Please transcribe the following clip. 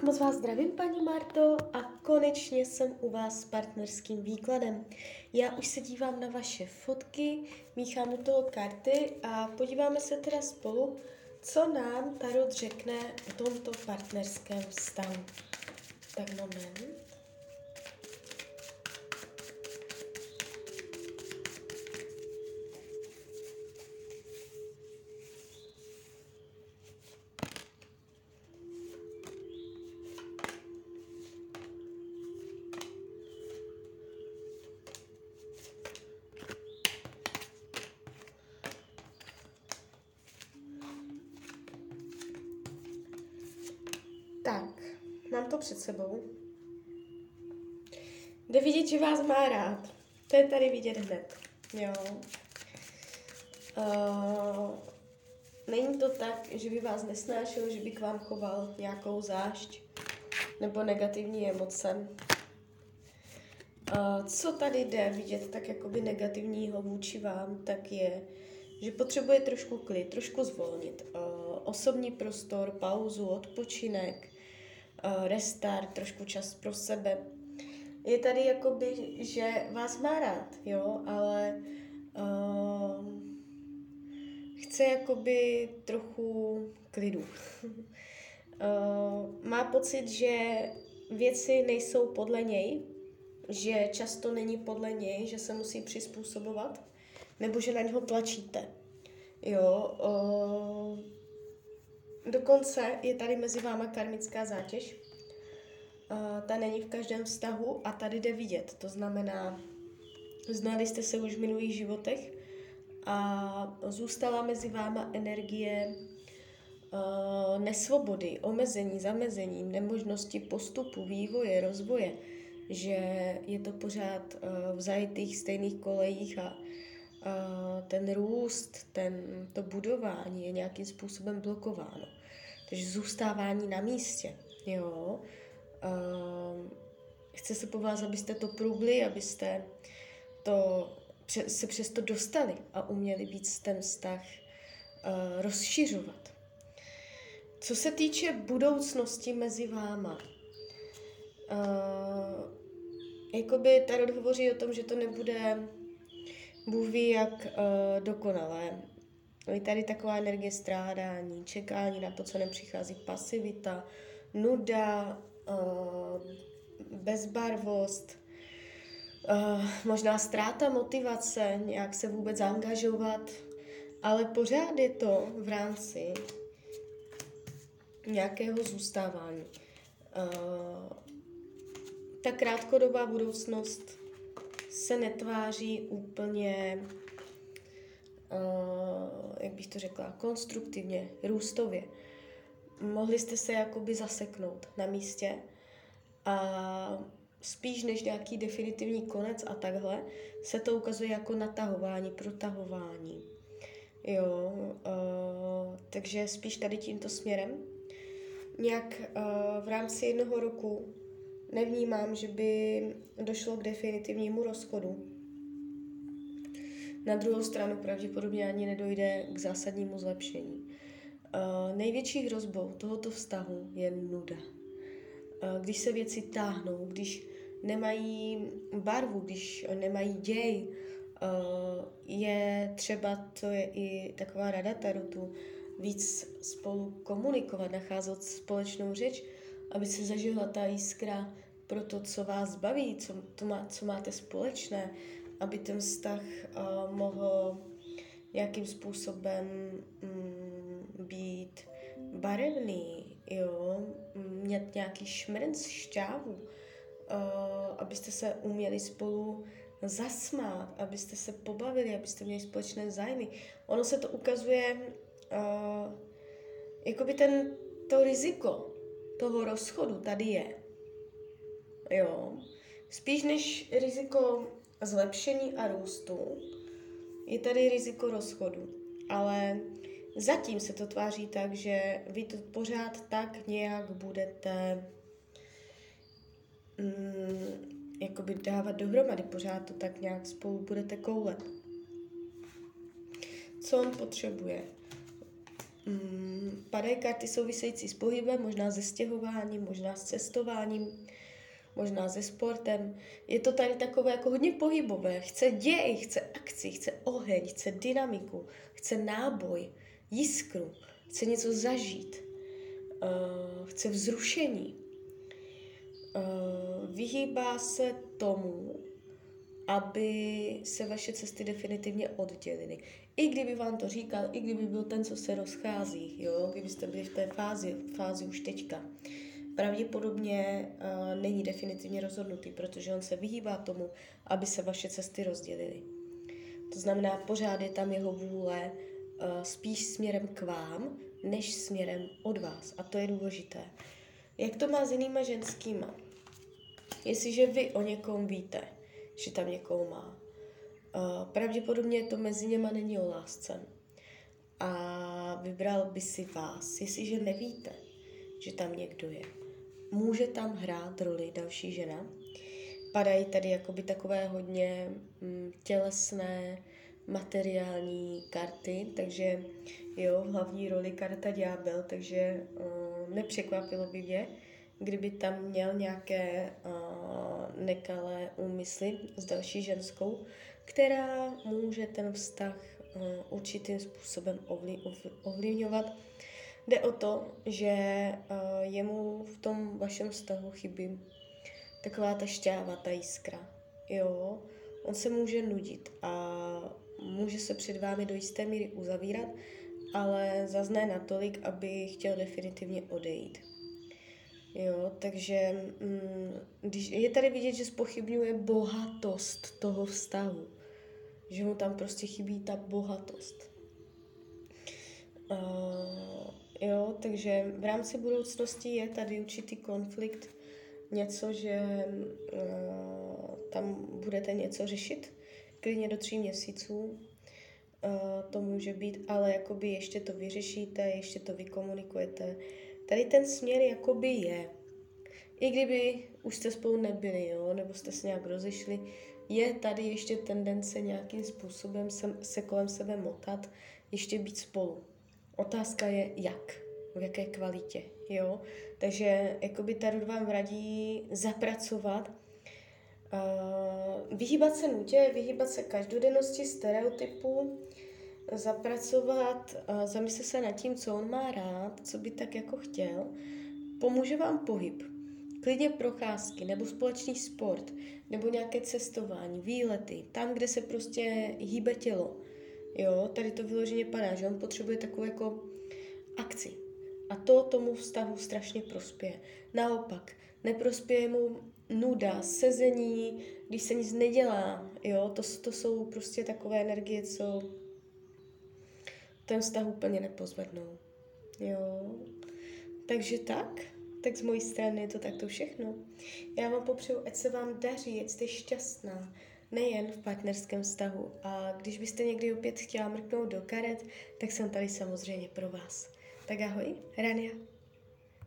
Moc vás zdravím, paní Marto, a konečně jsem u vás s partnerským výkladem. Já už se dívám na vaše fotky, míchám u toho karty a podíváme se teda spolu, co nám Tarot řekne o tomto partnerském vztahu. Tak moment. Tak, mám to před sebou. Jde vidět, že vás má rád. To je tady vidět hned. Jo. Není to tak, že by vás nesnášel, že by k vám choval nějakou zášť nebo negativní emoce. Co tady jde vidět tak jakoby negativního vůči vám, tak je, že potřebuje trošku klid, trošku zvolnit. Osobní prostor, pauzu, odpočinek, restart, trošku čas pro sebe. Je tady jakoby, že vás má rád, jo, ale chce jakoby trochu klidu. Má pocit, že věci nejsou podle něj, že často není podle něj, že se musí přizpůsobovat, nebo že na něho tlačíte. Jo, dokonce je tady mezi váma karmická zátěž. Ta není v každém vztahu a tady jde vidět. To znamená, znali jste se už v minulých životech a zůstala mezi váma energie nesvobody, omezení, zamezení, nemožnosti postupu, vývoje, rozvoje, že je to pořád v zajetých stejných kolejích a ten růst, to budování je nějakým způsobem blokováno. Takže zůstávání na místě. Jo. Chce se po vás, abyste to průbli, abyste se přesto dostali a uměli víc ten vztah rozšiřovat. Co se týče budoucnosti mezi váma, jakoby Tarot hovoří o tom, že to nebude Bůh ví jak dokonalé. Je tady taková energie strádání, čekání na to, co nepřichází, pasivita, nuda, bezbarvost, možná ztráta motivace, nějak se vůbec zaangažovat, ale pořád je to v rámci nějakého zůstávání. Ta krátkodobá budoucnost se netváří úplně, jak bych to řekla, konstruktivně, růstově. Mohli jste se jakoby zaseknout na místě a spíš než nějaký definitivní konec a takhle, se to ukazuje jako natahování, protahování. Jo, takže spíš tady tímto směrem. Nějak v rámci 1 roku nevnímám, že by došlo k definitivnímu rozchodu. Na druhou stranu pravděpodobně ani nedojde k zásadnímu zlepšení. Největší hrozbou tohoto vztahu je nuda. Když se věci táhnou, když nemají barvu, když nemají děj, je třeba, to je i taková rada Tarotu, víc spolu komunikovat, nacházet společnou řeč, aby se zažila ta jiskra pro to, co vás baví, co máte společné, aby ten vztah mohl nějakým způsobem být barevný, jo? Mít nějaký šmrnc, šťávu, abyste se uměli spolu zasmát, abyste se pobavili, abyste měli společné zájmy. Ono se to ukazuje, jakoby to riziko toho rozchodu tady je. Jo. Spíš než riziko zlepšení a růstu, je tady riziko rozchodu. Ale zatím se to tváří tak, že vy to pořád tak nějak budete jakoby dávat dohromady, pořád to tak nějak spolu budete koulet. Co on potřebuje? Padají karty související s pohybem, možná se stěhováním, možná s cestováním, možná se sportem. Je to tady takové jako hodně pohybové. Chce děj, chce akci, chce oheň, chce dynamiku, chce náboj, jiskru, chce něco zažít, chce vzrušení. Vyhýbá se tomu, aby se vaše cesty definitivně oddělily. I kdyby vám to říkal, i kdyby byl ten, co se rozchází, jo? Kdybyste byli v té fázi už teďka. Pravděpodobně není definitivně rozhodnutý, protože on se vyhýbá tomu, aby se vaše cesty rozdělily. To znamená, pořád je tam jeho vůle spíš směrem k vám, než směrem od vás. A to je důležité. Jak to má s jinýma ženskýma? Jestliže vy o někom víte, že tam někoho má, pravděpodobně to mezi něma není o lásce. A vybral by si vás, jestliže nevíte, že tam někdo je. Může tam hrát roli další žena. Padají tady jakoby takové hodně tělesné, materiální karty, takže jo, v hlavní roli karta ďábel, takže nepřekvapilo by mě, kdyby tam měl nějaké nekalé úmysly s další ženskou, která může ten vztah určitým způsobem ovlivňovat. Jde o to, že jemu v tom vašem vztahu chybí taková ta šťáva, ta jiskra. Jo? On se může nudit a může se před vámi do jisté míry uzavírat, ale zas ne natolik, aby chtěl definitivně odejít. Jo, takže když je tady vidět, že zpochybňuje bohatost toho vztahu. Že mu tam prostě chybí ta bohatost. Jo, takže v rámci budoucnosti je tady určitý konflikt, něco, že tam budete něco řešit, klidně do 3 měsíců. To může být, ale jakoby ještě to vyřešíte, ještě to vykomunikujete. Tady ten směr jakoby je. I kdyby už jste spolu nebyli, jo, nebo jste se nějak rozešli, je tady ještě tendence nějakým způsobem se kolem sebe motat, ještě být spolu. Otázka je jak, v jaké kvalitě, jo. Takže jakoby Tarot vám radí zapracovat, vyhýbat se nutě, vyhýbat se každodennosti, stereotypů, zapracovat, zamyslet se nad tím, co on má rád, co by tak jako chtěl. Pomůže vám pohyb, klidně procházky, nebo společný sport, nebo nějaké cestování, výlety, tam, kde se prostě hýbe tělo. Jo, tady to vyloženě padá, že on potřebuje takovou jako akci. A to tomu vztahu strašně prospěje. Naopak, neprospěje mu nuda, sezení, když se nic nedělá. Jo, to jsou prostě takové energie, co ten vztah úplně nepozvednou. Jo, takže tak z mojí strany je to takto všechno. Já vám popřeju, ať se vám daří, ať jste šťastná, nejen v partnerském vztahu. A když byste někdy opět chtěla mrknout do karet, tak jsem tady samozřejmě pro vás. Tak ahoj, Rania.